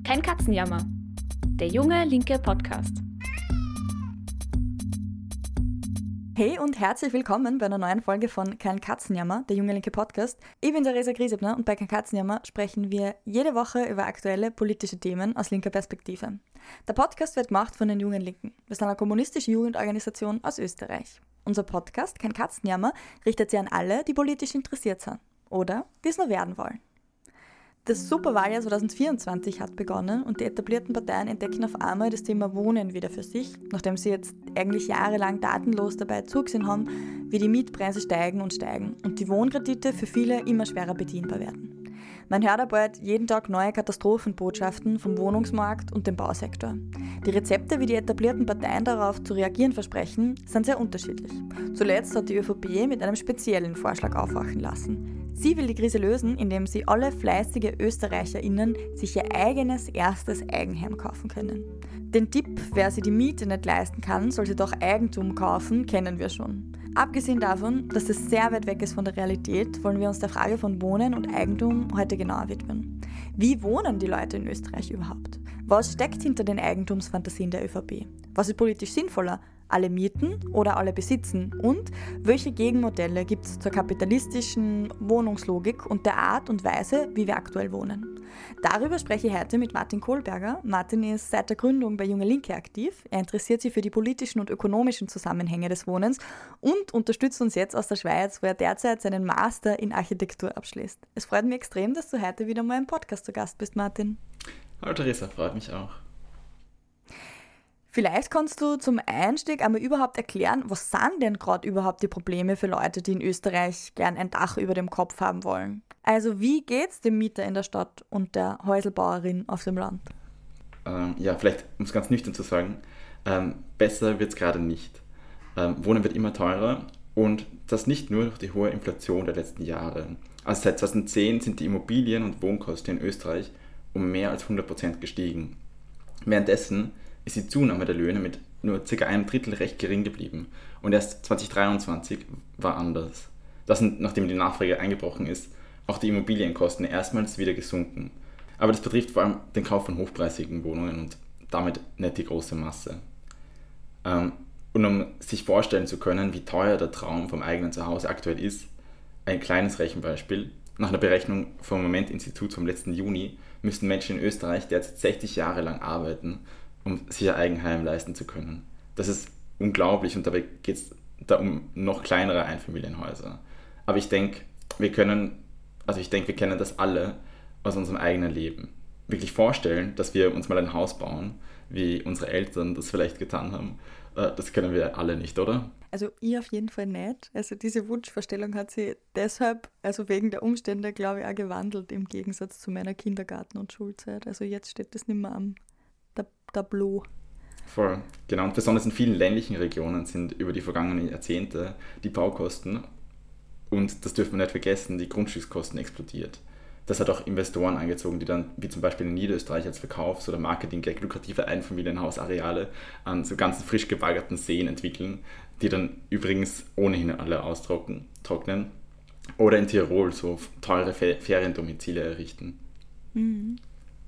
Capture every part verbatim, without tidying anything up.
Kein Katzenjammer. Der junge linke Podcast. Hey und herzlich willkommen bei einer neuen Folge von Kein Katzenjammer, der junge linke Podcast. Ich bin Theresa Griesebner und bei Kein Katzenjammer sprechen wir jede Woche über aktuelle politische Themen aus linker Perspektive. Der Podcast wird gemacht von den Jungen Linken. Wir sind eine kommunistische Jugendorganisation aus Österreich. Unser Podcast Kein Katzenjammer richtet sich an alle, die politisch interessiert sind oder die es nur werden wollen. Das Superwahljahr zwanzig vierundzwanzig hat begonnen und die etablierten Parteien entdecken auf einmal das Thema Wohnen wieder für sich, nachdem sie jetzt eigentlich jahrelang datenlos dabei zugesehen haben, wie die Mietpreise steigen und steigen und die Wohnkredite für viele immer schwerer bedienbar werden. Man hört aber bald jeden Tag neue Katastrophenbotschaften vom Wohnungsmarkt und dem Bausektor. Die Rezepte, wie die etablierten Parteien darauf zu reagieren versprechen, sind sehr unterschiedlich. Zuletzt hat die ÖVP mit einem speziellen Vorschlag aufwachen lassen. Sie will die Krise lösen, indem sie alle fleißige ÖsterreicherInnen sich ihr eigenes erstes Eigenheim kaufen können. Den Tipp, wer sich die Miete nicht leisten kann, soll sie doch Eigentum kaufen, kennen wir schon. Abgesehen davon, dass das sehr weit weg ist von der Realität, wollen wir uns der Frage von Wohnen und Eigentum heute genauer widmen. Wie wohnen die Leute in Österreich überhaupt? Was steckt hinter den Eigentumsfantasien der ÖVP? Was ist politisch sinnvoller? Alle mieten oder alle besitzen? Und welche Gegenmodelle gibt es zur kapitalistischen Wohnungslogik und der Art und Weise, wie wir aktuell wohnen? Darüber spreche ich heute mit Martin Kohlberger. Martin ist seit der Gründung bei Junge Linke aktiv. Er interessiert sich für die politischen und ökonomischen Zusammenhänge des Wohnens und unterstützt uns jetzt aus der Schweiz, wo er derzeit seinen Master in Architektur abschließt. Es freut mich extrem, dass du heute wieder mal im Podcast zu Gast bist, Martin. Hallo Theresa, freut mich auch. Vielleicht kannst du zum Einstieg einmal überhaupt erklären, was sind denn gerade überhaupt die Probleme für Leute, die in Österreich gern ein Dach über dem Kopf haben wollen? Also wie geht's dem Mieter in der Stadt und der Häuselbauerin auf dem Land? Ähm, ja, vielleicht, um es ganz nüchtern zu sagen, ähm, besser wird es gerade nicht. Ähm, Wohnen wird immer teurer und das nicht nur durch die hohe Inflation der letzten Jahre. Also seit zweitausendzehn sind die Immobilien- und Wohnkosten in Österreich um mehr als hundert Prozent gestiegen. Währenddessen ist die Zunahme der Löhne mit nur ca. einem Drittel recht gering geblieben. Und erst zwanzig dreiundzwanzig war anders. Das sind, nachdem die Nachfrage eingebrochen ist, auch die Immobilienkosten erstmals wieder gesunken. Aber das betrifft vor allem den Kauf von hochpreisigen Wohnungen und damit nicht die große Masse. Ähm, und um sich vorstellen zu können, wie teuer der Traum vom eigenen Zuhause aktuell ist, ein kleines Rechenbeispiel. Nach einer Berechnung vom Moment-Institut vom letzten Juni müssten Menschen in Österreich derzeit sechzig Jahre lang arbeiten, um sich ein Eigenheim leisten zu können. Das ist unglaublich und dabei geht es da um noch kleinere Einfamilienhäuser. Aber ich denke, wir können, also ich denke, wir kennen das alle aus unserem eigenen Leben. Wirklich vorstellen, dass wir uns mal ein Haus bauen, wie unsere Eltern das vielleicht getan haben, das können wir alle nicht, oder? Also ich auf jeden Fall nicht. Also diese Wunschvorstellung hat sich deshalb, also wegen der Umstände, glaube ich, auch gewandelt im Gegensatz zu meiner Kindergarten- und Schulzeit. Also jetzt steht das nicht mehr am Tableau. Voll, genau. Und besonders in vielen ländlichen Regionen sind über die vergangenen Jahrzehnte die Baukosten, und das dürfen wir nicht vergessen, die Grundstückskosten explodiert. Das hat auch Investoren angezogen, die dann, wie zum Beispiel in Niederösterreich als Verkaufs- oder Marketing-Gag lukrative Einfamilienhausareale an so ganzen frisch gebaggerten Seen entwickeln, die dann übrigens ohnehin alle austrocknen. Oder in Tirol so teure Feriendomizile errichten. Mhm.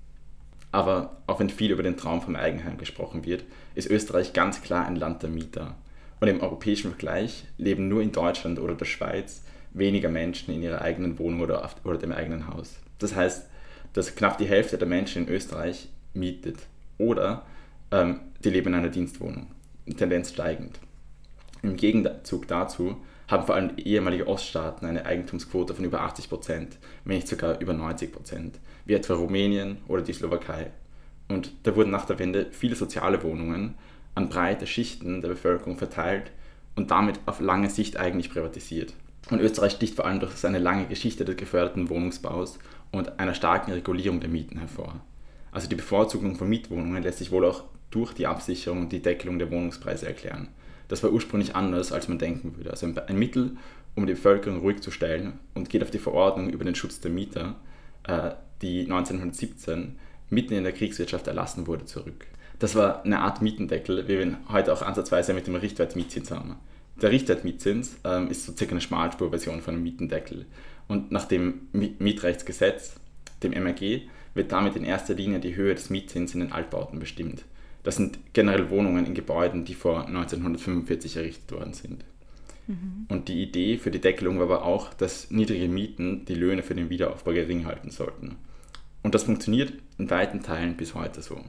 Aber auch wenn viel über den Traum vom Eigenheim gesprochen wird, ist Österreich ganz klar ein Land der Mieter. Und im europäischen Vergleich leben nur in Deutschland oder der Schweiz weniger Menschen in ihrer eigenen Wohnung oder, auf, oder dem eigenen Haus. Das heißt, dass knapp die Hälfte der Menschen in Österreich mietet oder ähm, die leben in einer Dienstwohnung, Tendenz steigend. Im Gegenzug dazu haben vor allem ehemalige Oststaaten eine Eigentumsquote von über achtzig Prozent, wenn nicht sogar über neunzig Prozent, wie etwa Rumänien oder die Slowakei. Und da wurden nach der Wende viele soziale Wohnungen an breite Schichten der Bevölkerung verteilt und damit auf lange Sicht eigentlich privatisiert. Und Österreich sticht vor allem durch seine lange Geschichte des geförderten Wohnungsbaus und einer starken Regulierung der Mieten hervor. Also die Bevorzugung von Mietwohnungen lässt sich wohl auch durch die Absicherung und die Deckelung der Wohnungspreise erklären. Das war ursprünglich anders, als man denken würde. Also ein Mittel, um die Bevölkerung ruhig zu stellen, und geht auf die Verordnung über den Schutz der Mieter, äh, die neunzehnhundertsiebzehn mitten in der Kriegswirtschaft erlassen wurde, zurück. Das war eine Art Mietendeckel, wie wir ihn heute auch ansatzweise mit dem Richtwertmietzins haben. Der Richtwertmietzins ähm, ist so circa eine Schmalspurversion von einem Mietendeckel. Und nach dem Mietrechtsgesetz, dem M R G, wird damit in erster Linie die Höhe des Mietzins in den Altbauten bestimmt. Das sind generell Wohnungen in Gebäuden, die vor neunzehnhundertfünfundvierzig errichtet worden sind. Mhm. Und die Idee für die Deckelung war aber auch, dass niedrige Mieten die Löhne für den Wiederaufbau gering halten sollten. Und das funktioniert in weiten Teilen bis heute so.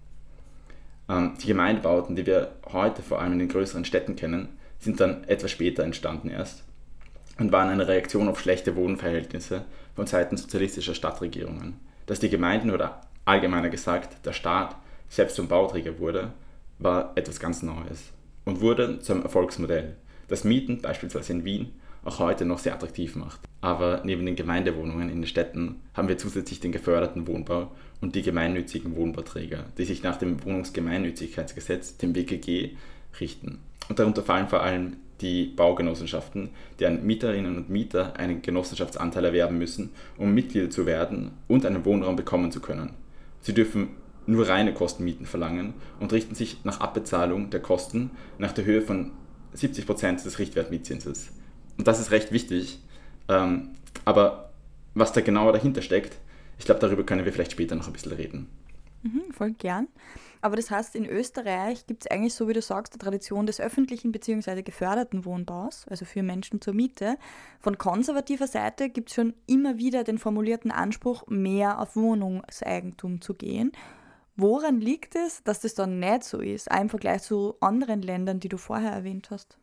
Ähm, die Gemeindebauten, die wir heute vor allem in den größeren Städten kennen, sind dann etwas später entstanden erst und waren eine Reaktion auf schlechte Wohnverhältnisse von Seiten sozialistischer Stadtregierungen. Dass die Gemeinden oder allgemeiner gesagt der Staat selbst zum Bauträger wurde, war etwas ganz Neues und wurde zum Erfolgsmodell, das Mieten beispielsweise in Wien auch heute noch sehr attraktiv macht. Aber neben den Gemeindewohnungen in den Städten haben wir zusätzlich den geförderten Wohnbau und die gemeinnützigen Wohnbauträger, die sich nach dem Wohnungsgemeinnützigkeitsgesetz, dem W G G, richten. Und darunter fallen vor allem die Baugenossenschaften, deren Mieterinnen und Mieter einen Genossenschaftsanteil erwerben müssen, um Mitglieder zu werden und einen Wohnraum bekommen zu können. Sie dürfen nur reine Kostenmieten verlangen und richten sich nach Abbezahlung der Kosten nach der Höhe von siebzig Prozent des Richtwertmietzinses. Und das ist recht wichtig, ähm, aber was da genauer dahinter steckt, ich glaube, darüber können wir vielleicht später noch ein bisschen reden. Mhm, voll gern. Aber das heißt, in Österreich gibt es eigentlich, so wie du sagst, eine Tradition des öffentlichen bzw. geförderten Wohnbaus, also für Menschen zur Miete. Von konservativer Seite gibt es schon immer wieder den formulierten Anspruch, mehr auf Wohnungseigentum zu gehen. Woran liegt es, dass das dann nicht so ist, auch im Vergleich zu anderen Ländern, die du vorher erwähnt hast?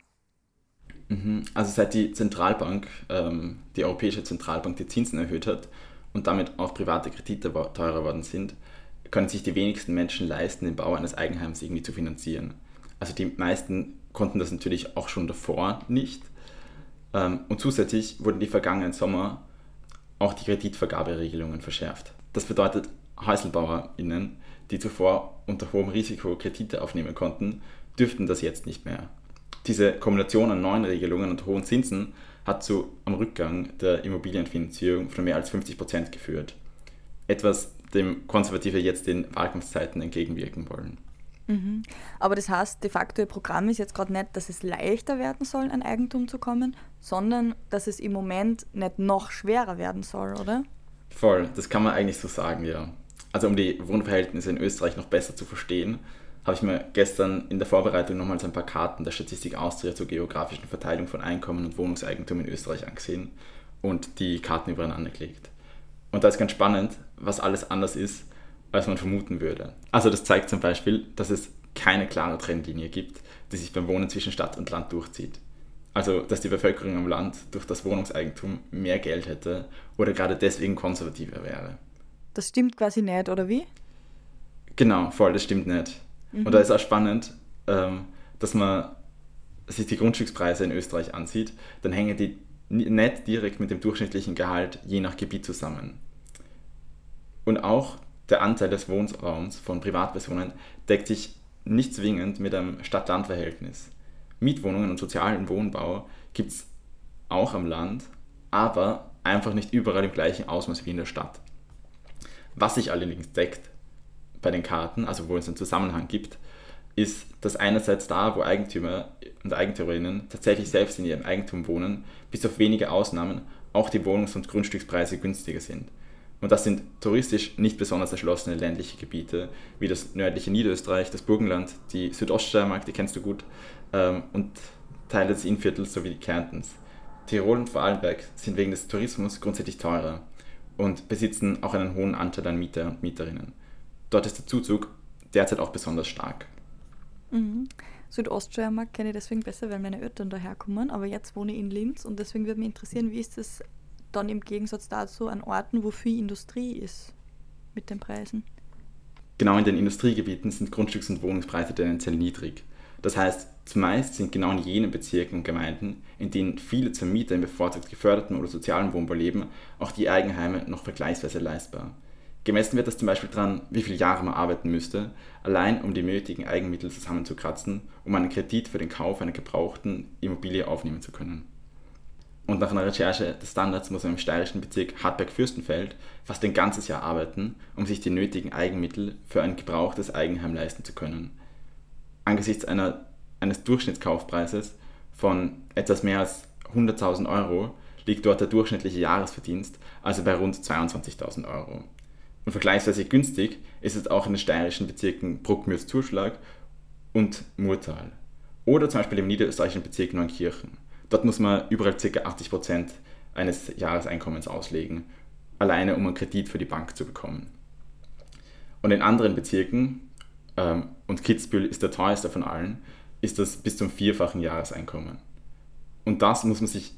Also seit die Zentralbank, ähm, die Europäische Zentralbank, die Zinsen erhöht hat und damit auch private Kredite teurer worden sind, können sich die wenigsten Menschen leisten, den Bau eines Eigenheims irgendwie zu finanzieren. Also die meisten konnten das natürlich auch schon davor nicht. Ähm, und zusätzlich wurden die vergangenen Sommer auch die Kreditvergaberegelungen verschärft. Das bedeutet, HäuselbauerInnen, die zuvor unter hohem Risiko Kredite aufnehmen konnten, dürften das jetzt nicht mehr. Diese Kombination an neuen Regelungen und hohen Zinsen hat zu einem Rückgang der Immobilienfinanzierung von mehr als fünfzig Prozent geführt. Etwas, dem Konservative jetzt in Wahlkampfzeiten entgegenwirken wollen. Mhm. Aber das heißt, de facto ihr Programm ist jetzt gerade nicht, dass es leichter werden soll, an Eigentum zu kommen, sondern dass es im Moment nicht noch schwerer werden soll, oder? Voll, das kann man eigentlich so sagen, ja. Also um die Wohnverhältnisse in Österreich noch besser zu verstehen, habe ich mir gestern in der Vorbereitung nochmals ein paar Karten der Statistik Austria zur geografischen Verteilung von Einkommen und Wohnungseigentum in Österreich angesehen und die Karten übereinander gelegt. Und da ist ganz spannend, was alles anders ist, als man vermuten würde. Also das zeigt zum Beispiel, dass es keine klare Trennlinie gibt, die sich beim Wohnen zwischen Stadt und Land durchzieht. Also dass die Bevölkerung am Land durch das Wohnungseigentum mehr Geld hätte oder gerade deswegen konservativer wäre. Das stimmt quasi nicht, oder wie? Genau, voll, das stimmt nicht. Mhm. Und da ist auch spannend, ähm, dass man sich die Grundstückspreise in Österreich ansieht, dann hängen die nicht direkt mit dem durchschnittlichen Gehalt je nach Gebiet zusammen. Und auch der Anteil des Wohnraums von Privatpersonen deckt sich nicht zwingend mit einem Stadt-Land-Verhältnis. Mietwohnungen und sozialen Wohnbau gibt es auch am Land, aber einfach nicht überall im gleichen Ausmaß wie in der Stadt. Was sich allerdings deckt bei den Karten, also wo es einen Zusammenhang gibt, ist, dass einerseits da, wo Eigentümer und Eigentümerinnen tatsächlich selbst in ihrem Eigentum wohnen, bis auf wenige Ausnahmen auch die Wohnungs- und Grundstückspreise günstiger sind. Und das sind touristisch nicht besonders erschlossene ländliche Gebiete, wie das nördliche Niederösterreich, das Burgenland, die Südoststeiermark, die kennst du gut, ähm, und Teile des Innviertels sowie die Kärntens. Tirol und Vorarlberg sind wegen des Tourismus grundsätzlich teurer und besitzen auch einen hohen Anteil an Mieter und Mieterinnen. Dort ist der Zuzug derzeit auch besonders stark. Mhm. Südoststeiermark kenne ich deswegen besser, weil meine Eltern daherkommen, aber jetzt wohne ich in Linz und deswegen würde mich interessieren, wie ist das dann im Gegensatz dazu an Orten, wo viel Industrie ist mit den Preisen? Genau in den Industriegebieten sind Grundstücks- und Wohnungspreise tendenziell niedrig. Das heißt, zumeist sind genau in jenen Bezirken und Gemeinden, in denen viele zur Miete in bevorzugt gefördertem oder sozialem Wohnbau leben, auch die Eigenheime noch vergleichsweise leistbar. Gemessen wird das zum Beispiel daran, wie viele Jahre man arbeiten müsste, allein um die nötigen Eigenmittel zusammenzukratzen, um einen Kredit für den Kauf einer gebrauchten Immobilie aufnehmen zu können. Und nach einer Recherche des Standards muss man im steirischen Bezirk Hartberg-Fürstenfeld fast ein ganzes Jahr arbeiten, um sich die nötigen Eigenmittel für ein gebrauchtes Eigenheim leisten zu können. Angesichts einer, eines Durchschnittskaufpreises von etwas mehr als hunderttausend Euro liegt dort der durchschnittliche Jahresverdienst also bei rund zweiundzwanzigtausend Euro. Und vergleichsweise günstig ist es auch in den steirischen Bezirken Bruckmürs-Zurschlag und Murtal. Oder zum Beispiel im niederösterreichischen Bezirk Neunkirchen. Dort muss man überall ca. achtzig Prozent eines Jahreseinkommens auslegen, alleine um einen Kredit für die Bank zu bekommen. Und in anderen Bezirken, ähm, und Kitzbühel ist der teuerste von allen, ist das bis zum vierfachen Jahreseinkommen. Und das muss man sich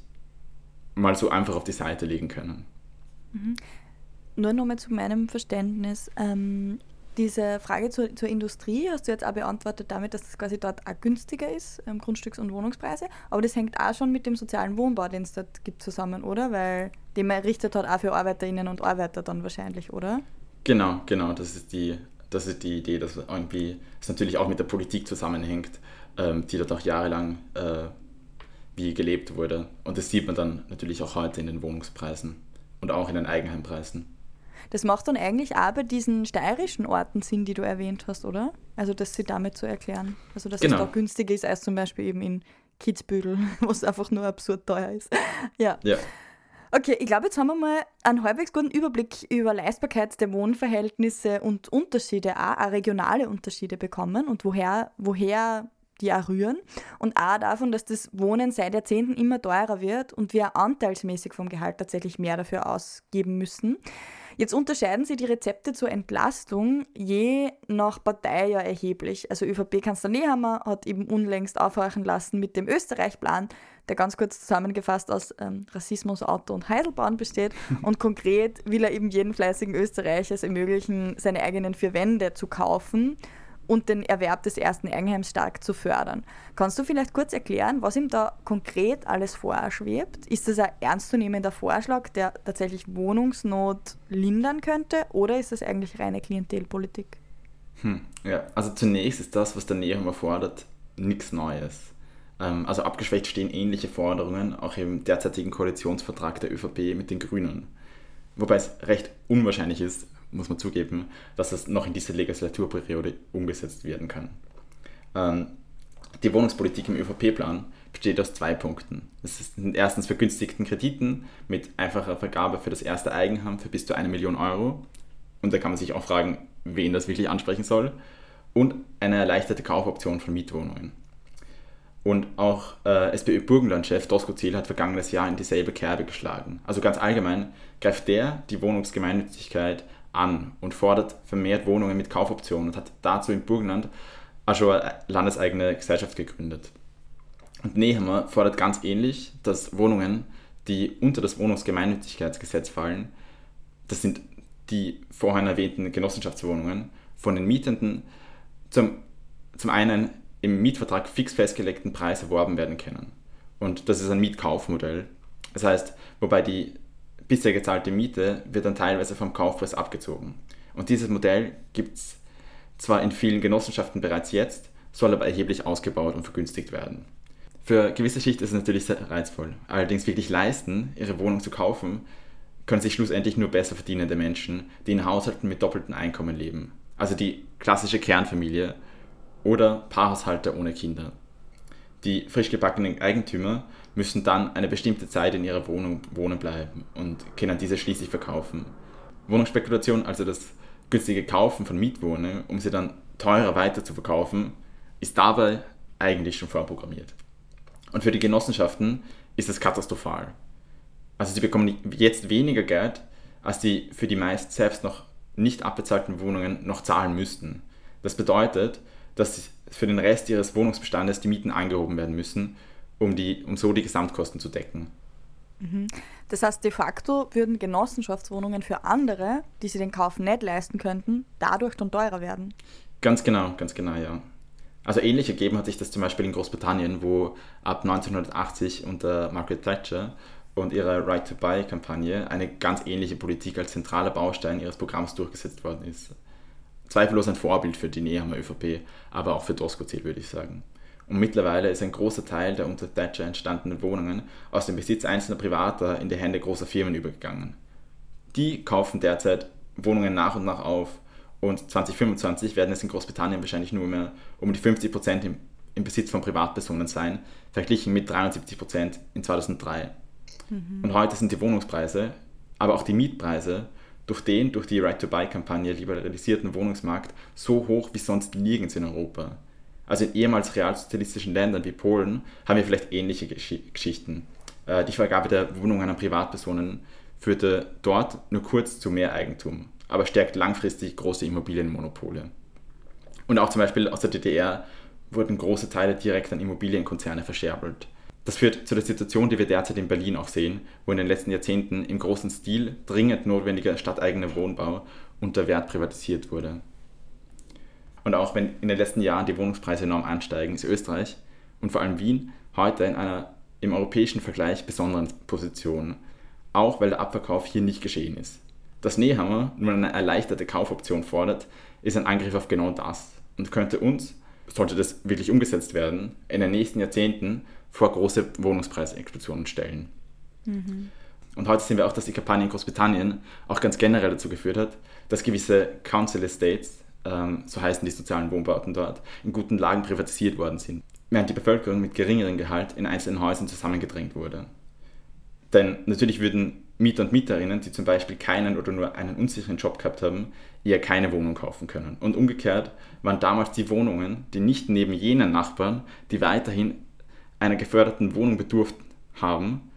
mal so einfach auf die Seite legen können. Mhm. Nur nochmal zu meinem Verständnis, ähm, diese Frage zur, zur Industrie hast du jetzt auch beantwortet damit, dass das quasi dort auch günstiger ist, ähm, Grundstücks- und Wohnungspreise, aber das hängt auch schon mit dem sozialen Wohnbau, den es dort gibt, zusammen, oder? Weil den man errichtet hat auch für ArbeiterInnen und Arbeiter dann wahrscheinlich, oder? Genau, genau, das ist die, das ist die Idee, dass irgendwie es natürlich auch mit der Politik zusammenhängt, ähm, die dort auch jahrelang äh, wie gelebt wurde. Und das sieht man dann natürlich auch heute in den Wohnungspreisen und auch in den Eigenheimpreisen. Das macht dann eigentlich auch bei diesen steirischen Orten Sinn, die du erwähnt hast, oder? Also das sie damit zu erklären. Also dass Genau. es da günstiger ist als zum Beispiel eben in Kitzbühel, wo es einfach nur absurd teuer ist. Ja. Ja. Okay, ich glaube, jetzt haben wir mal einen halbwegs guten Überblick über Leistbarkeit der Wohnverhältnisse und Unterschiede, auch, auch regionale Unterschiede bekommen und woher, woher die auch rühren. Und auch davon, dass das Wohnen seit Jahrzehnten immer teurer wird und wir anteilsmäßig vom Gehalt tatsächlich mehr dafür ausgeben müssen. Jetzt unterscheiden sich die Rezepte zur Entlastung je nach Partei ja erheblich. Also ÖVP-Kanzler Nehammer hat eben unlängst aufhorchen lassen mit dem Österreich-Plan, der ganz kurz zusammengefasst aus ähm, Rassismus, Auto und Heidelbauen besteht. Und konkret will er eben jeden fleißigen Österreicher es ermöglichen, seine eigenen vier Wände zu kaufen und den Erwerb des ersten Eigenheims stark zu fördern. Kannst du vielleicht kurz erklären, was ihm da konkret alles vorschwebt? Ist das ein ernstzunehmender Vorschlag, der tatsächlich Wohnungsnot lindern könnte, oder ist das eigentlich reine Klientelpolitik? Hm, ja, also zunächst ist das, was der Nehammer fordert, nichts Neues. Ähm, also abgeschwächt stehen ähnliche Forderungen auch im derzeitigen Koalitionsvertrag der ÖVP mit den Grünen. Wobei es recht unwahrscheinlich ist, muss man zugeben, dass das noch in dieser Legislaturperiode umgesetzt werden kann. Ähm, die Wohnungspolitik im ÖVP-Plan besteht aus zwei Punkten. Das sind erstens vergünstigten Krediten mit einfacher Vergabe für das erste Eigenheim für bis zu eine Million Euro. Und da kann man sich auch fragen, wen das wirklich ansprechen soll. Und eine erleichterte Kaufoption von Mietwohnungen. Und auch äh, SPÖ-Burgenland-Chef Doskozil hat vergangenes Jahr in dieselbe Kerbe geschlagen. Also ganz allgemein greift der die Wohnungsgemeinnützigkeit an und fordert vermehrt Wohnungen mit Kaufoptionen und hat dazu im Burgenland auch schon eine landeseigene Gesellschaft gegründet. Und Nehammer fordert ganz ähnlich, dass Wohnungen, die unter das Wohnungsgemeinnützigkeitsgesetz fallen, das sind die vorhin erwähnten Genossenschaftswohnungen, von den Mietenden zum, zum einen im Mietvertrag fix festgelegten Preis erworben werden können. Und das ist ein Mietkaufmodell. Das heißt, wobei die bisher gezahlte Miete wird dann teilweise vom Kaufpreis abgezogen. Und dieses Modell gibt es zwar in vielen Genossenschaften bereits jetzt, soll aber erheblich ausgebaut und vergünstigt werden. Für gewisse Schicht ist es natürlich sehr reizvoll. Allerdings wirklich leisten, ihre Wohnung zu kaufen, können sich schlussendlich nur besser verdienende Menschen, die in Haushalten mit doppeltem Einkommen leben. Also die klassische Kernfamilie oder Paarhaushalte ohne Kinder. Die frisch gebackenen Eigentümer müssen dann eine bestimmte Zeit in ihrer Wohnung wohnen bleiben und können diese schließlich verkaufen. Wohnungsspekulation, also das günstige Kaufen von Mietwohnungen, um sie dann teurer weiter zu verkaufen, ist dabei eigentlich schon vorprogrammiert. Und für die Genossenschaften ist das katastrophal. Also sie bekommen jetzt weniger Geld, als sie für die meist selbst noch nicht abbezahlten Wohnungen noch zahlen müssten. Das bedeutet, dass für den Rest ihres Wohnungsbestandes die Mieten angehoben werden müssen, um, die, um so die Gesamtkosten zu decken. Mhm. Das heißt, de facto würden Genossenschaftswohnungen für andere, die sie den Kauf nicht leisten könnten, dadurch dann teurer werden. Ganz genau, ganz genau, ja. Also ähnlich ergeben hat sich das zum Beispiel in Großbritannien, wo ab neunzehnhundertachtzig unter Margaret Thatcher und ihrer Right-to-Buy-Kampagne eine ganz ähnliche Politik als zentraler Baustein ihres Programms durchgesetzt worden ist. Zweifellos ein Vorbild für die Nehammer ÖVP, aber auch für Doskozil, würde ich sagen. Und mittlerweile ist ein großer Teil der unter Thatcher entstandenen Wohnungen aus dem Besitz einzelner Privater in die Hände großer Firmen übergegangen. Die kaufen derzeit Wohnungen nach und nach auf und zwanzig fünfundzwanzig werden es in Großbritannien wahrscheinlich nur mehr um die fünfzig Prozent im, im Besitz von Privatpersonen sein, verglichen mit dreiundsiebzig Prozent in zweitausenddrei. Mhm. Und heute sind die Wohnungspreise, aber auch die Mietpreise durch den durch die Right-to-Buy-Kampagne liberalisierten Wohnungsmarkt so hoch wie sonst nirgends in Europa. Also in ehemals realsozialistischen Ländern wie Polen haben wir vielleicht ähnliche Gesch- Geschichten. Äh, die Vergabe der Wohnungen an Privatpersonen führte dort nur kurz zu mehr Eigentum, aber stärkt langfristig große Immobilienmonopole. Und auch zum Beispiel aus der D D R wurden große Teile direkt an Immobilienkonzerne verscherbelt. Das führt zu der Situation, die wir derzeit in Berlin auch sehen, wo in den letzten Jahrzehnten im großen Stil dringend notwendiger stadteigener Wohnbau unter Wert privatisiert wurde. Und auch wenn in den letzten Jahren die Wohnungspreise enorm ansteigen, ist Österreich und vor allem Wien heute in einer im europäischen Vergleich besonderen Position, auch weil der Abverkauf hier nicht geschehen ist. Dass Nehammer nur eine erleichterte Kaufoption fordert, ist ein Angriff auf genau das und könnte uns, sollte das wirklich umgesetzt werden, in den nächsten Jahrzehnten vor große Wohnungspreisexplosionen stellen. Mhm. Und heute sehen wir auch, dass die Kampagne in Großbritannien auch ganz generell dazu geführt hat, dass gewisse Council Estates, ähm, so heißen die sozialen Wohnbauten dort, in guten Lagen privatisiert worden sind, während die Bevölkerung mit geringerem Gehalt in einzelnen Häusern zusammengedrängt wurde. Denn natürlich würden Mieter und Mieterinnen, die zum Beispiel keinen oder nur einen unsicheren Job gehabt haben, eher keine Wohnung kaufen können. Und umgekehrt waren damals die Wohnungen, die nicht neben jenen Nachbarn, die weiterhin einer geförderten Wohnung bedurft haben,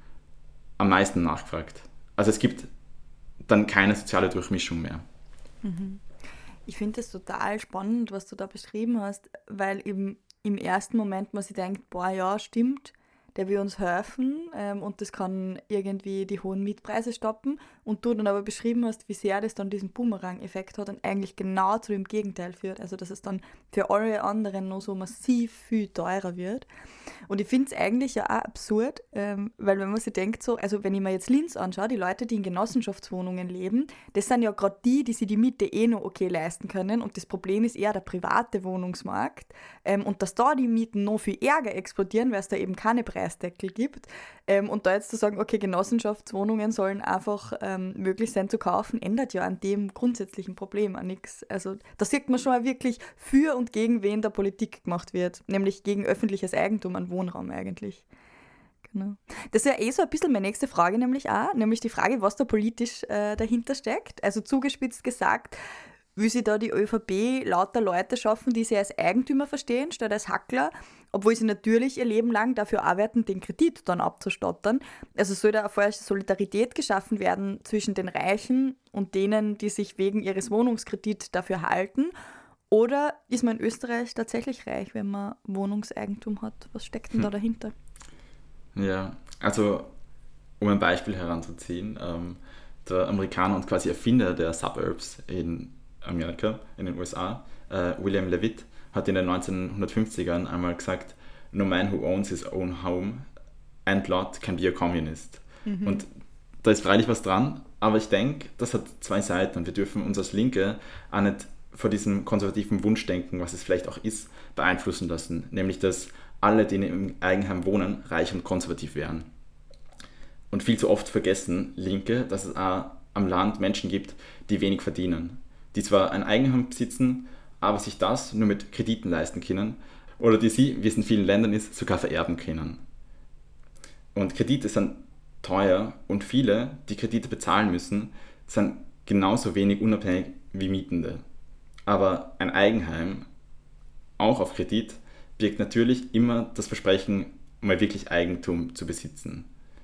am meisten nachgefragt. Also es gibt dann keine soziale Durchmischung mehr. Mhm. Ich finde es total spannend, was du da beschrieben hast, weil eben im ersten Moment man sich denkt, boah, ja, stimmt, der will uns helfen ähm, und das kann irgendwie die hohen Mietpreise stoppen. Und du dann aber beschrieben hast, wie sehr das dann diesen Boomerang-Effekt hat und eigentlich genau zu dem Gegenteil führt. Also dass es dann für alle anderen noch so massiv viel teurer wird. Und ich finde es eigentlich ja auch absurd, ähm, weil wenn man sich denkt, so, also wenn ich mir jetzt Linz anschaue, die Leute, die in Genossenschaftswohnungen leben, das sind ja gerade die, die sich die Miete eh noch okay leisten können. Und das Problem ist eher der private Wohnungsmarkt. Ähm, und dass da die Mieten noch viel ärger explodieren, weil es da eben keine Preisdeckel gibt. Ähm, und da jetzt zu sagen, okay, Genossenschaftswohnungen sollen einfach ähm, möglich sein zu kaufen, ändert ja an dem grundsätzlichen Problem an nichts. Also da sieht man schon wirklich, für und gegen wen der Politik gemacht wird, nämlich gegen öffentliches Eigentum an Wohnraum eigentlich. Genau. Das ist ja eh so ein bisschen meine nächste Frage nämlich auch, nämlich die Frage, was da politisch äh, dahinter steckt. Also zugespitzt gesagt, will sie da die ÖVP lauter Leute schaffen, die sie als Eigentümer verstehen, statt als Hackler, obwohl sie natürlich ihr Leben lang dafür arbeiten, den Kredit dann abzustottern. Also soll da vorher Solidarität geschaffen werden zwischen den Reichen und denen, die sich wegen ihres Wohnungskredits dafür halten. Oder ist man in Österreich tatsächlich reich, wenn man Wohnungseigentum hat? Was steckt denn hm. da dahinter? Ja, also um ein Beispiel heranzuziehen, ähm, der Amerikaner und quasi Erfinder der Suburbs in Amerika, in den U S A, äh, William Levitt, hat in den neunzehnhundertfünfzigern einmal gesagt, "No man who owns his own home and lot can be a communist." Mhm. Und da ist freilich was dran, aber ich denke, das hat zwei Seiten und wir dürfen uns als Linke auch nicht vor diesem konservativen Wunschdenken, was es vielleicht auch ist, beeinflussen lassen. Nämlich, dass alle, die im Eigenheim wohnen, reich und konservativ wären. Und viel zu oft vergessen Linke, dass es auch am Land Menschen gibt, die wenig verdienen. Die zwar ein Eigenheim besitzen, aber sich das nur mit Krediten leisten können oder die sie, wie es in vielen Ländern ist, sogar vererben können. Und Kredite sind teuer und viele, die Kredite bezahlen müssen, sind genauso wenig unabhängig wie Mietende. Aber ein Eigenheim, auch auf Kredit, birgt natürlich immer das Versprechen, mal wirklich Eigentum zu besitzen.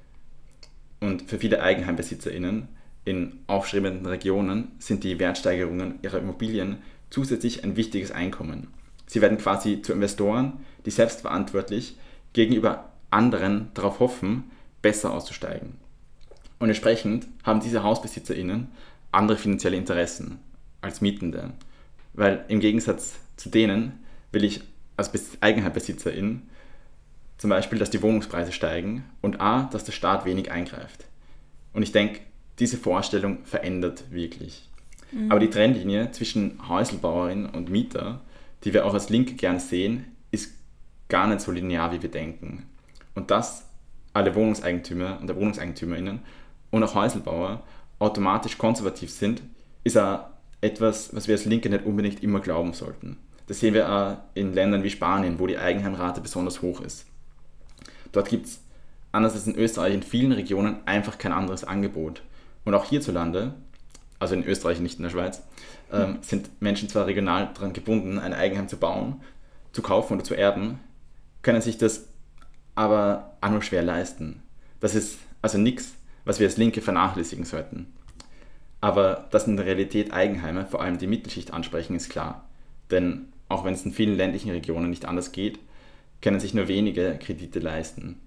Und für viele EigenheimbesitzerInnen in aufstrebenden Regionen sind die Wertsteigerungen ihrer Immobilien zusätzlich ein wichtiges Einkommen. Sie werden quasi zu Investoren, die selbstverantwortlich gegenüber anderen darauf hoffen, besser auszusteigen. Und entsprechend haben diese HausbesitzerInnen andere finanzielle Interessen als Mietende. Weil im Gegensatz zu denen will ich als Eigenheimbesitzerin zum Beispiel, dass die Wohnungspreise steigen und a, dass der Staat wenig eingreift. Und ich denke, diese Vorstellung verändert wirklich. Mhm. Aber die Trennlinie zwischen Häuselbauerin und Mieter, die wir auch als Linke gern sehen, ist gar nicht so linear, wie wir denken. Und dass alle Wohnungseigentümer und WohnungseigentümerInnen und auch Häuselbauer automatisch konservativ sind, ist auch etwas, was wir als Linke nicht unbedingt immer glauben sollten. Das sehen wir auch in Ländern wie Spanien, wo die Eigenheimrate besonders hoch ist. Dort gibt es, anders als in Österreich, in vielen Regionen einfach kein anderes Angebot. Und auch hierzulande, also in Österreich, nicht in der Schweiz, ähm, sind Menschen zwar regional daran gebunden, ein Eigenheim zu bauen, zu kaufen oder zu erben, können sich das aber auch nur schwer leisten. Das ist also nichts, was wir als Linke vernachlässigen sollten. Aber dass in der Realität Eigenheime vor allem die Mittelschicht ansprechen, ist klar. Denn auch wenn es in vielen ländlichen Regionen nicht anders geht, können sich nur wenige Kredite leisten.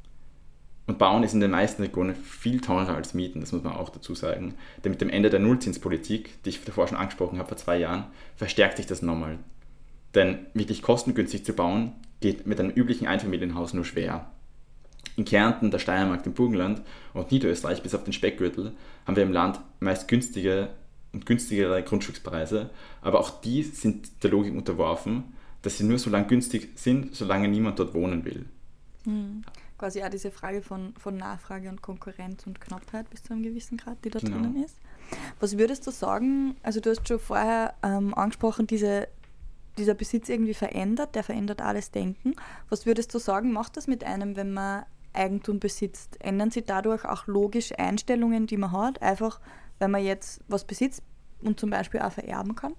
Und Bauen ist in den meisten Regionen viel teurer als Mieten, das muss man auch dazu sagen. Denn mit dem Ende der Nullzinspolitik, die ich davor schon angesprochen habe, vor zwei Jahren, verstärkt sich das nochmal. Denn wirklich kostengünstig zu bauen, geht mit einem üblichen Einfamilienhaus nur schwer. In Kärnten, der Steiermark, dem Burgenland und Niederösterreich bis auf den Speckgürtel haben wir im Land meist günstige und günstigere Grundstückspreise, aber auch die sind der Logik unterworfen, dass sie nur so lange günstig sind, solange niemand dort wohnen will. Hm. Quasi auch diese Frage von, von Nachfrage und Konkurrenz und Knappheit bis zu einem gewissen Grad, die da genau. drinnen ist. Was würdest du sagen, also du hast schon vorher ähm, angesprochen, diese, dieser Besitz irgendwie verändert, der verändert alles Denken. Was würdest du sagen, macht das mit einem, wenn man Eigentum besitzt? Ändern sich dadurch auch logisch Einstellungen, die man hat, einfach weil man jetzt was besitzt und zum Beispiel auch vererben kann?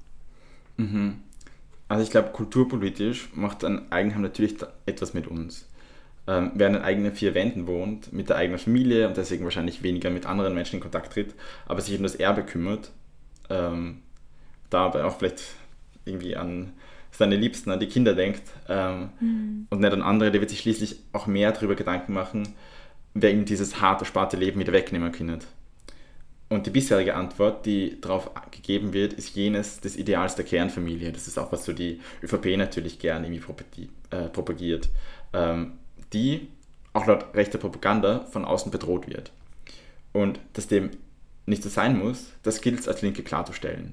Mhm. Also ich glaube, kulturpolitisch macht ein Eigenheim natürlich etwas mit uns. Ähm, wer in den eigenen vier Wänden wohnt, mit der eigenen Familie und deswegen wahrscheinlich weniger mit anderen Menschen in Kontakt tritt, aber sich um das Erbe kümmert, ähm, dabei auch vielleicht irgendwie an seine Liebsten, an die Kinder denkt ähm, mhm. und nicht an andere, der wird sich schließlich auch mehr darüber Gedanken machen, wer ihm dieses hart ersparte Leben wieder wegnehmen kann. Und die bisherige Antwort, die darauf gegeben wird, ist jenes des Ideals der Kernfamilie. Das ist auch, was so die ÖVP natürlich gern irgendwie propagiert. Ähm, die, auch laut rechter Propaganda, von außen bedroht wird. Und dass dem nicht so sein muss, das gilt es als Linke klarzustellen.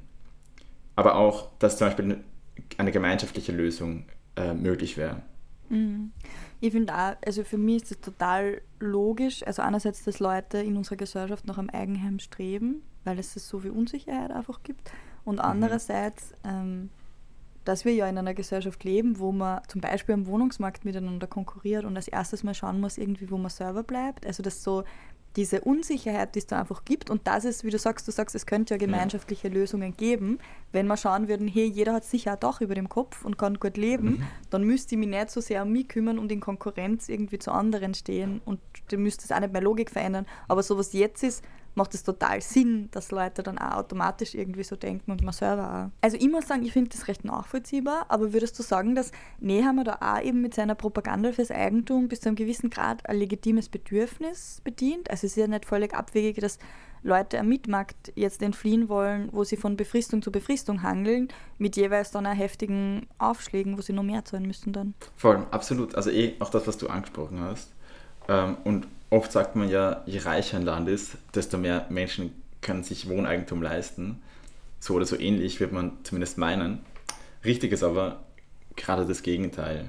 Aber auch, dass zum Beispiel eine gemeinschaftliche Lösung äh, möglich wäre. Mhm. Ich finde auch, also für mich ist das total logisch, also einerseits, dass Leute in unserer Gesellschaft nach einem Eigenheim streben, weil es so viel Unsicherheit einfach gibt, und andererseits, mhm. ähm, dass wir ja in einer Gesellschaft leben, wo man zum Beispiel am Wohnungsmarkt miteinander konkurriert und als erstes mal schauen muss, irgendwie, wo man selber bleibt. Also dass so diese Unsicherheit, die es da einfach gibt, und das ist, wie du sagst, du sagst, es könnte ja gemeinschaftliche ja. Lösungen geben. Wenn wir schauen würden, hey, jeder hat sicher ein Dach über dem Kopf und kann gut leben, mhm. dann müsste ich mich nicht so sehr um mich kümmern und in Konkurrenz irgendwie zu anderen stehen, und dann müsste es auch nicht mehr Logik verändern. Aber so was jetzt ist, macht es total Sinn, dass Leute dann auch automatisch irgendwie so denken und man selber auch. Also ich muss sagen, ich finde das recht nachvollziehbar, aber würdest du sagen, dass Nehammer da auch eben mit seiner Propaganda fürs Eigentum bis zu einem gewissen Grad ein legitimes Bedürfnis bedient? Also es ist ja nicht völlig abwegig, dass Leute am Mietmarkt jetzt entfliehen wollen, wo sie von Befristung zu Befristung hangeln, mit jeweils dann auch heftigen Aufschlägen, wo sie noch mehr zahlen müssen dann. Voll, absolut. Also eh auch das, was du angesprochen hast. Ähm, und oft sagt man ja, je reicher ein Land ist, desto mehr Menschen können sich Wohneigentum leisten. So oder so ähnlich wird man zumindest meinen. Richtig ist aber gerade das Gegenteil.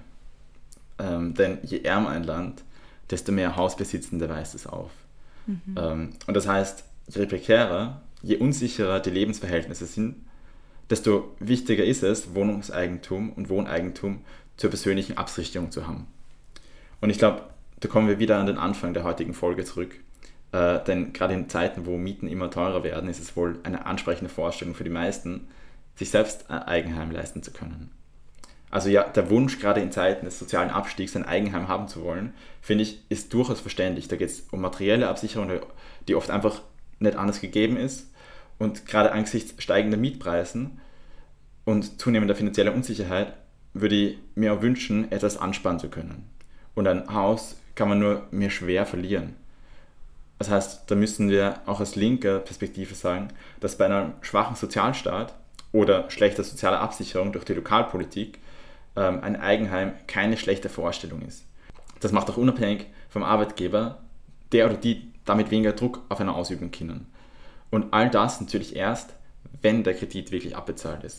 Ähm, denn je ärmer ein Land, desto mehr Hausbesitzende weist es auf. Mhm. Ähm, und das heißt, je prekärer, je unsicherer die Lebensverhältnisse sind, desto wichtiger ist es, Wohnungseigentum und Wohneigentum zur persönlichen Absicherung zu haben. Und ich glaube, da kommen wir wieder an den Anfang der heutigen Folge zurück. Äh, denn gerade in Zeiten, wo Mieten immer teurer werden, ist es wohl eine ansprechende Vorstellung für die meisten, sich selbst ein Eigenheim leisten zu können. Also ja, der Wunsch, gerade in Zeiten des sozialen Abstiegs ein Eigenheim haben zu wollen, finde ich, ist durchaus verständlich. Da geht es um materielle Absicherung, die oft einfach nicht anders gegeben ist. Und gerade angesichts steigender Mietpreisen und zunehmender finanzieller Unsicherheit würde ich mir auch wünschen, etwas ansparen zu können. Und ein Haus kann man nur mehr schwer verlieren. Das heißt, da müssen wir auch aus linker Perspektive sagen, dass bei einem schwachen Sozialstaat oder schlechter sozialer Absicherung durch die Lokalpolitik ähm, ein Eigenheim keine schlechte Vorstellung ist. Das macht auch unabhängig vom Arbeitgeber, der oder die damit weniger Druck auf einen ausüben können. Und all das natürlich erst, wenn der Kredit wirklich abbezahlt ist.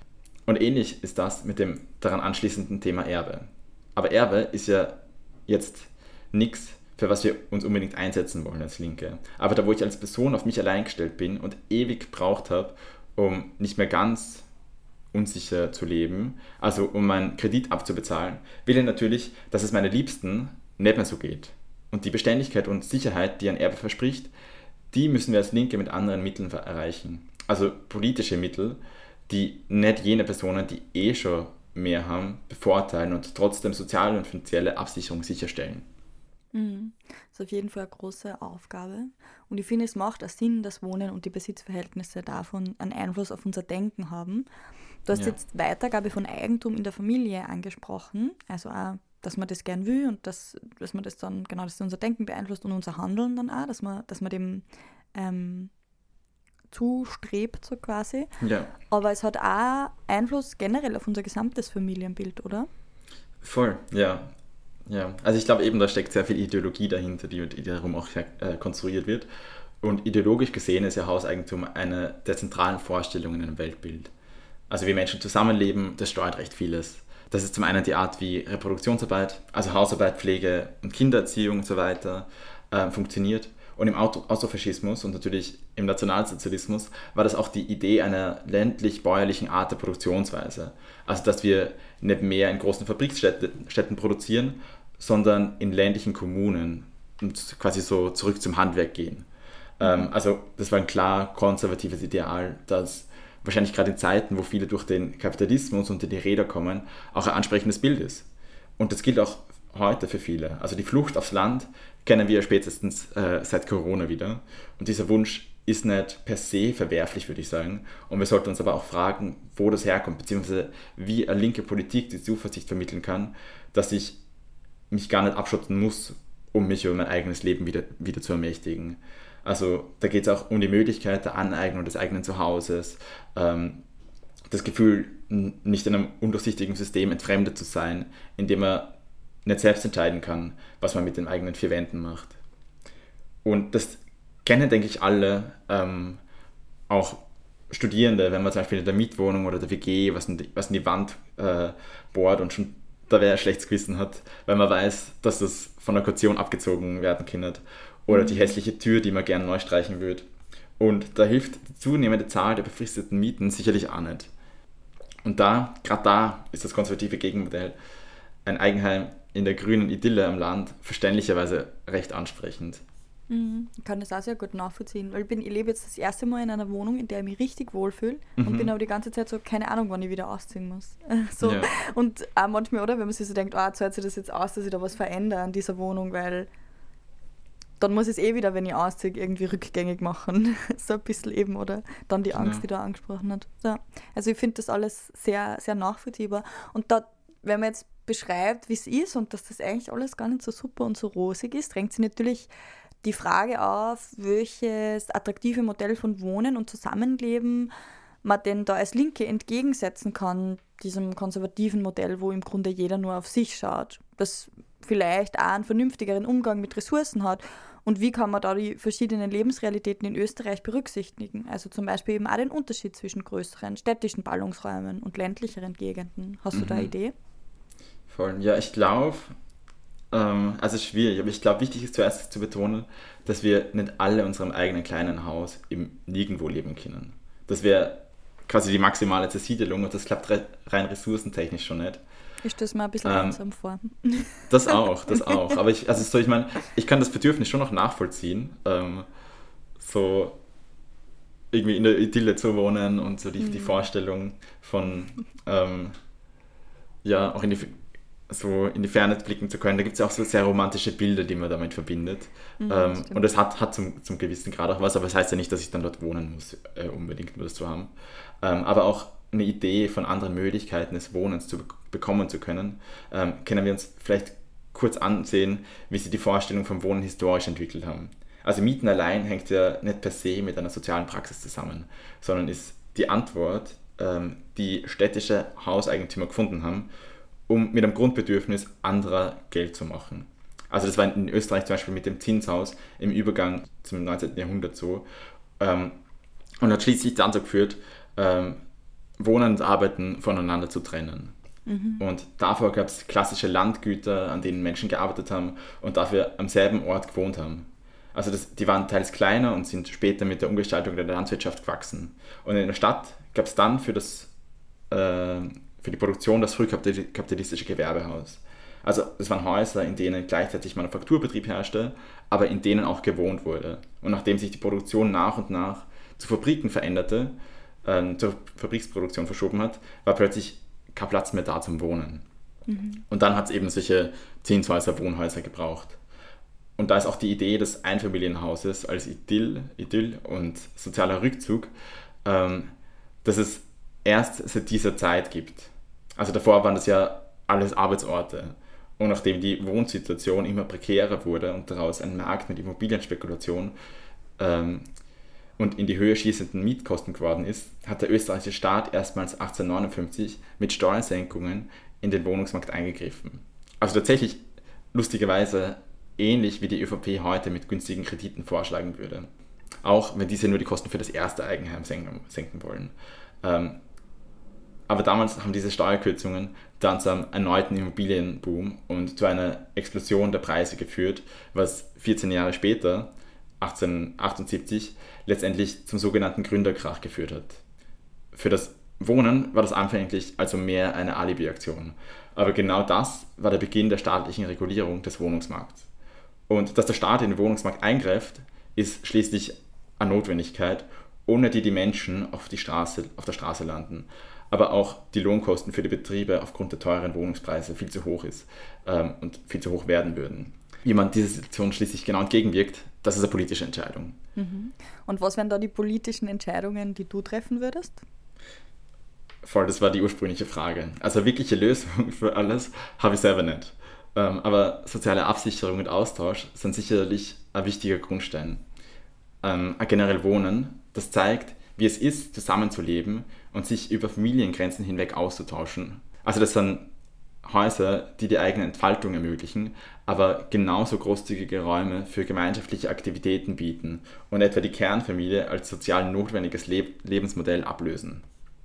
Und ähnlich ist das mit dem daran anschließenden Thema Erbe. Aber Erbe ist ja jetzt nichts, für was wir uns unbedingt einsetzen wollen als Linke. Aber da, wo ich als Person auf mich allein gestellt bin und ewig gebraucht habe, um nicht mehr ganz unsicher zu leben, also um meinen Kredit abzubezahlen, will ich natürlich, dass es meinen Liebsten nicht mehr so geht. Und die Beständigkeit und Sicherheit, die ein Erbe verspricht, die müssen wir als Linke mit anderen Mitteln erreichen. Also politische Mittel, die nicht jene Personen, die eh schon mehr haben, bevorteilen und trotzdem soziale und finanzielle Absicherung sicherstellen. Mhm. Das ist auf jeden Fall eine große Aufgabe. Und ich finde, es macht auch Sinn, dass Wohnen und die Besitzverhältnisse davon einen Einfluss auf unser Denken haben. Du hast Ja. jetzt Weitergabe von Eigentum in der Familie angesprochen. Also auch, dass man das gern will und dass, dass man das dann, genau, dass unser Denken beeinflusst und unser Handeln dann auch, dass man, dass man dem ähm, zustrebt, so quasi. Ja, Aber es hat auch Einfluss generell auf unser gesamtes Familienbild, oder? voll, ja. Ja, also ich glaube eben, da steckt sehr viel Ideologie dahinter, die, die darum auch äh, konstruiert wird. Und ideologisch gesehen ist ja Hauseigentum eine der zentralen Vorstellungen in einem Weltbild. Also wie Menschen zusammenleben, das steuert recht vieles. Das ist zum einen die Art, wie Reproduktionsarbeit, also Hausarbeit, Pflege und Kindererziehung und so weiter äh, funktioniert. Und im Auto- Austrofaschismus und natürlich im Nationalsozialismus war das auch die Idee einer ländlich-bäuerlichen Art der Produktionsweise. Also dass wir nicht mehr in großen Fabriksstädten Städten produzieren, sondern in ländlichen Kommunen und quasi so zurück zum Handwerk gehen. Ähm, also das war ein klar konservatives Ideal, das wahrscheinlich gerade in Zeiten, wo viele durch den Kapitalismus unter die Räder kommen, auch ein ansprechendes Bild ist. Und das gilt auch heute für viele. Also die Flucht aufs Land kennen wir spätestens äh, seit Corona wieder. Und dieser Wunsch ist nicht per se verwerflich, würde ich sagen. Und wir sollten uns aber auch fragen, wo das herkommt, beziehungsweise wie eine linke Politik die Zuversicht vermitteln kann, dass ich mich gar nicht abschotten muss, um mich über mein eigenes Leben wieder, wieder zu ermächtigen. Also da geht es auch um die Möglichkeit der Aneignung des eigenen Zuhauses, ähm, das Gefühl, n- nicht in einem undurchsichtigen System entfremdet zu sein, in dem man nicht selbst entscheiden kann, was man mit den eigenen vier Wänden macht. Und das kennen, denke ich, alle, ähm, auch Studierende, wenn man zum Beispiel in der Mietwohnung oder der W G was in die, was in die Wand äh, bohrt und schon da wer ein schlechtes Gewissen hat, weil man weiß, dass das von der Kaution abgezogen werden kann. Oder die hässliche Tür, die man gerne neu streichen würde. Und da hilft die zunehmende Zahl der befristeten Mieten sicherlich auch nicht. Und da, gerade da, ist das konservative Gegenmodell, ein Eigenheim in der grünen Idylle am Land, verständlicherweise recht ansprechend. Mhm. Ich kann das auch sehr gut nachvollziehen, weil ich, bin, ich lebe jetzt das erste Mal in einer Wohnung, in der ich mich richtig wohlfühle und Mhm. bin aber die ganze Zeit so, keine Ahnung, wann ich wieder ausziehen muss. So. Ja. Und auch manchmal, oder, wenn man sich so denkt, ah, zahlt sich das jetzt aus, dass ich da was verändere an dieser Wohnung, weil dann muss ich es eh wieder, wenn ich ausziehe, irgendwie rückgängig machen. So ein bisschen eben, oder? Dann die Angst, Genau. die du angesprochen hast. Ja. Also ich finde das alles sehr, sehr nachvollziehbar. Und da, wenn man jetzt beschreibt, wie es ist und dass das eigentlich alles gar nicht so super und so rosig ist, drängt sich natürlich die Frage auf, welches attraktive Modell von Wohnen und Zusammenleben man denn da als Linke entgegensetzen kann, diesem konservativen Modell, wo im Grunde jeder nur auf sich schaut, das vielleicht auch einen vernünftigeren Umgang mit Ressourcen hat. Und wie kann man da die verschiedenen Lebensrealitäten in Österreich berücksichtigen? Also zum Beispiel eben auch den Unterschied zwischen größeren städtischen Ballungsräumen und ländlicheren Gegenden. Hast du da eine Mhm. Idee? Voll. Ja, ich glaube, ähm, also es ist schwierig, aber ich glaube, wichtig ist zuerst zu betonen, dass wir nicht alle in unserem eigenen kleinen Haus im Nirgendwo leben können. Das wäre quasi die maximale Zersiedelung und das klappt re- rein ressourcentechnisch schon nicht. Ich stelle es mir ein bisschen Ähm, einsam vor. Das auch, das auch. Aber ich, also so, ich meine, ich kann das Bedürfnis schon noch nachvollziehen, ähm, so irgendwie in der Idylle zu wohnen und so die, die Vorstellung von, ähm, ja, auch in die, so in die Ferne blicken zu können. Da gibt es ja auch so sehr romantische Bilder, die man damit verbindet. Mhm, ähm, stimmt. und das hat, hat zum, zum gewissen Grad auch was, aber das heißt ja nicht, dass ich dann dort wohnen muss, äh, unbedingt, um das zu haben. Ähm, aber auch eine Idee von anderen Möglichkeiten des Wohnens zu be- bekommen zu können, ähm, können wir uns vielleicht kurz ansehen, wie sie die Vorstellung vom Wohnen historisch entwickelt haben. Also Mieten allein hängt ja nicht per se mit einer sozialen Praxis zusammen, sondern ist die Antwort, ähm, die städtische Hauseigentümer gefunden haben, um mit einem Grundbedürfnis anderer Geld zu machen. Also das war in Österreich zum Beispiel mit dem Zinshaus im Übergang zum neunzehnten Jahrhundert so, ähm, und hat schließlich dazu geführt, ähm, Wohnen und Arbeiten voneinander zu trennen. Und davor gab es klassische Landgüter, an denen Menschen gearbeitet haben und dafür am selben Ort gewohnt haben. Also das, die waren teils kleiner und sind später mit der Umgestaltung der Landwirtschaft gewachsen. Und in der Stadt gab es dann für, das, äh, für die Produktion das frühkapitalistische Gewerbehaus. Also es waren Häuser, in denen gleichzeitig Manufakturbetrieb herrschte, aber in denen auch gewohnt wurde. Und nachdem sich die Produktion nach und nach zu Fabriken veränderte, äh, zur Fabriksproduktion verschoben hat, war plötzlich kein Platz mehr da zum Wohnen. Mhm. Und dann hat es eben solche Zinshäuser, Wohnhäuser gebraucht. Und da ist auch die Idee des Einfamilienhauses als Idyll, Idyll und sozialer Rückzug, ähm, dass es erst seit dieser Zeit gibt. Also davor waren das ja alles Arbeitsorte. Und nachdem die Wohnsituation immer prekärer wurde und daraus ein Markt mit Immobilienspekulation ähm, und in die Höhe schießenden Mietkosten geworden ist, hat der österreichische Staat erstmals achtzehnhundertneunundfünfzig mit Steuersenkungen in den Wohnungsmarkt eingegriffen. Also tatsächlich lustigerweise ähnlich wie die ÖVP heute mit günstigen Krediten vorschlagen würde. Auch wenn diese nur die Kosten für das erste Eigenheim senken, senken wollen. Ähm, aber damals haben diese Steuerkürzungen dann zu einem erneuten Immobilienboom und zu einer Explosion der Preise geführt, was vierzehn Jahre später, achtzehnhundertachtundsiebzig, letztendlich zum sogenannten Gründerkrach geführt hat. Für das Wohnen war das anfänglich also mehr eine Alibi-Aktion. Aber genau das war der Beginn der staatlichen Regulierung des Wohnungsmarkts. Und dass der Staat in den Wohnungsmarkt eingreift, ist schließlich eine Notwendigkeit, ohne die die Menschen auf, die Straße, auf der Straße landen. Aber auch die Lohnkosten für die Betriebe aufgrund der teuren Wohnungspreise viel zu hoch ist ähm, und viel zu hoch werden würden. Wie man dieser Situation schließlich genau entgegenwirkt, das ist eine politische Entscheidung. Mhm. Und was wären da die politischen Entscheidungen, die du treffen würdest? Voll, das war die ursprüngliche Frage. Also eine wirkliche Lösung für alles habe ich selber nicht. Ähm, aber soziale Absicherung und Austausch sind sicherlich ein wichtiger Grundstein. Ähm, generell Wohnen, das zeigt, wie es ist, zusammenzuleben und sich über Familiengrenzen hinweg auszutauschen. Also das sind Häuser, die die eigene Entfaltung ermöglichen, aber genauso großzügige Räume für gemeinschaftliche Aktivitäten bieten und etwa die Kernfamilie als sozial notwendiges Leb- Lebensmodell ablösen.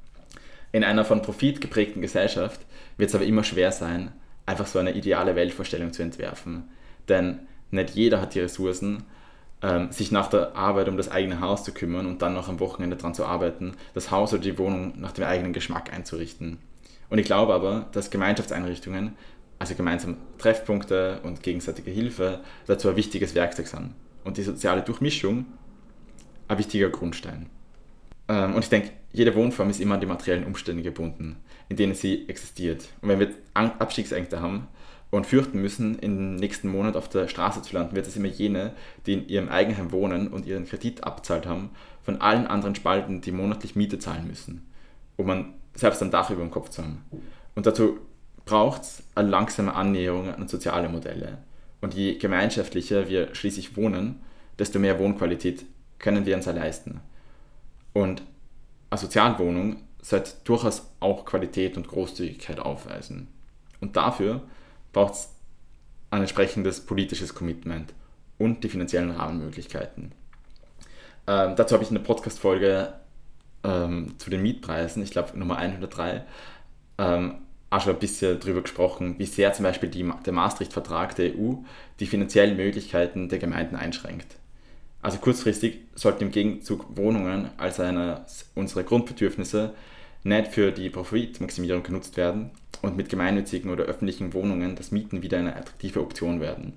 In einer von Profit geprägten Gesellschaft wird es aber immer schwer sein, einfach so eine ideale Weltvorstellung zu entwerfen. Denn nicht jeder hat die Ressourcen, ähm, sich nach der Arbeit um das eigene Haus zu kümmern und dann noch am Wochenende daran zu arbeiten, das Haus oder die Wohnung nach dem eigenen Geschmack einzurichten. Und ich glaube aber, dass Gemeinschaftseinrichtungen, also gemeinsame Treffpunkte und gegenseitige Hilfe, dazu ein wichtiges Werkzeug sind. Und die soziale Durchmischung ein wichtiger Grundstein. Ähm, und ich denke, jede Wohnform ist immer an die materiellen Umstände gebunden, in denen sie existiert. Und wenn wir Abstiegsängste haben und fürchten müssen, im nächsten Monat auf der Straße zu landen, wird es immer jene, die in ihrem Eigenheim wohnen und ihren Kredit abzahlt haben, von allen anderen spalten, die monatlich Miete zahlen müssen, um man selbst ein Dach über dem Kopf zu haben. Und dazu braucht es eine langsame Annäherung an soziale Modelle. Und je gemeinschaftlicher wir schließlich wohnen, desto mehr Wohnqualität können wir uns leisten. Und eine Sozialwohnung sollte durchaus auch Qualität und Großzügigkeit aufweisen. Und dafür braucht es ein entsprechendes politisches Commitment und die finanziellen Rahmenmöglichkeiten. Ähm, dazu habe ich in der Podcast-Folge ähm, zu den Mietpreisen, ich glaube Nummer hundertdrei, ähm, auch schon ein bisschen darüber gesprochen, wie sehr zum Beispiel die, der Maastricht-Vertrag der E U die finanziellen Möglichkeiten der Gemeinden einschränkt. Also kurzfristig sollten im Gegenzug Wohnungen als eine unserer Grundbedürfnisse nicht für die Profitmaximierung genutzt werden und mit gemeinnützigen oder öffentlichen Wohnungen das Mieten wieder eine attraktive Option werden.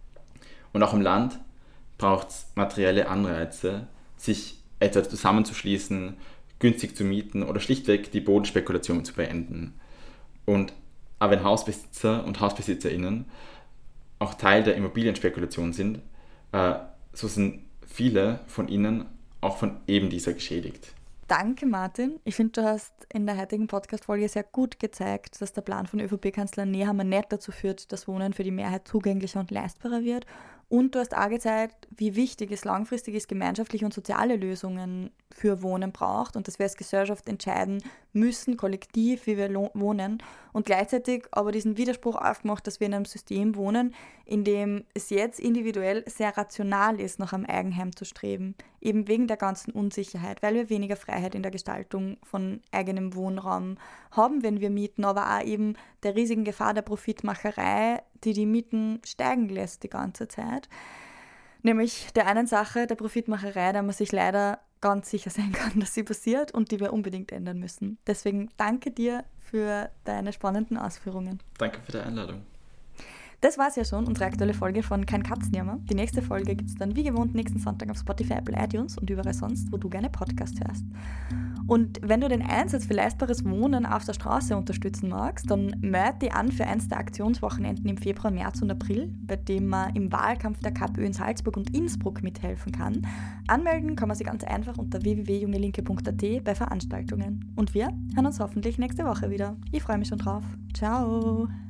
Und auch im Land braucht es materielle Anreize, sich etwa zusammenzuschließen, günstig zu mieten oder schlichtweg die Bodenspekulation zu beenden. Und auch wenn Hausbesitzer und HausbesitzerInnen auch Teil der Immobilienspekulation sind, äh, so sind viele von ihnen auch von eben dieser geschädigt. Danke, Martin. Ich finde, du hast in der heutigen Podcast-Folge sehr gut gezeigt, dass der Plan von ÖVP-Kanzler Nehammer nicht dazu führt, dass Wohnen für die Mehrheit zugänglicher und leistbarer wird. Und du hast auch gezeigt, wie wichtig es langfristig ist, gemeinschaftliche und soziale Lösungen für Wohnen braucht und dass wir als Gesellschaft entscheiden müssen, kollektiv, wie wir lo- wohnen. Und gleichzeitig aber diesen Widerspruch aufgemacht, dass wir in einem System wohnen, in dem es jetzt individuell sehr rational ist, nach einem Eigenheim zu streben. Eben wegen der ganzen Unsicherheit, weil wir weniger Freiheit in der Gestaltung von eigenem Wohnraum haben, wenn wir mieten, aber auch eben der riesigen Gefahr der Profitmacherei, die die Mieten steigen lässt die ganze Zeit. Nämlich der einen Sache, der Profitmacherei, da man sich leider ganz sicher sein kann, dass sie passiert und die wir unbedingt ändern müssen. Deswegen danke dir für deine spannenden Ausführungen. Danke für die Einladung. Das war's ja schon, unsere aktuelle Folge von Kein Katzenjammer. Die nächste Folge gibt's dann wie gewohnt nächsten Sonntag auf Spotify, Apple, iTunes und überall sonst, wo du gerne Podcast hörst. Und wenn du den Einsatz für leistbares Wohnen auf der Straße unterstützen magst, dann melde dich an für eins der Aktionswochenenden im Februar, März und April, bei dem man im Wahlkampf der KPÖ in Salzburg und Innsbruck mithelfen kann. Anmelden kann man sich ganz einfach unter w w w punkt junge linke punkt a t bei Veranstaltungen. Und wir hören uns hoffentlich nächste Woche wieder. Ich freue mich schon drauf. Ciao!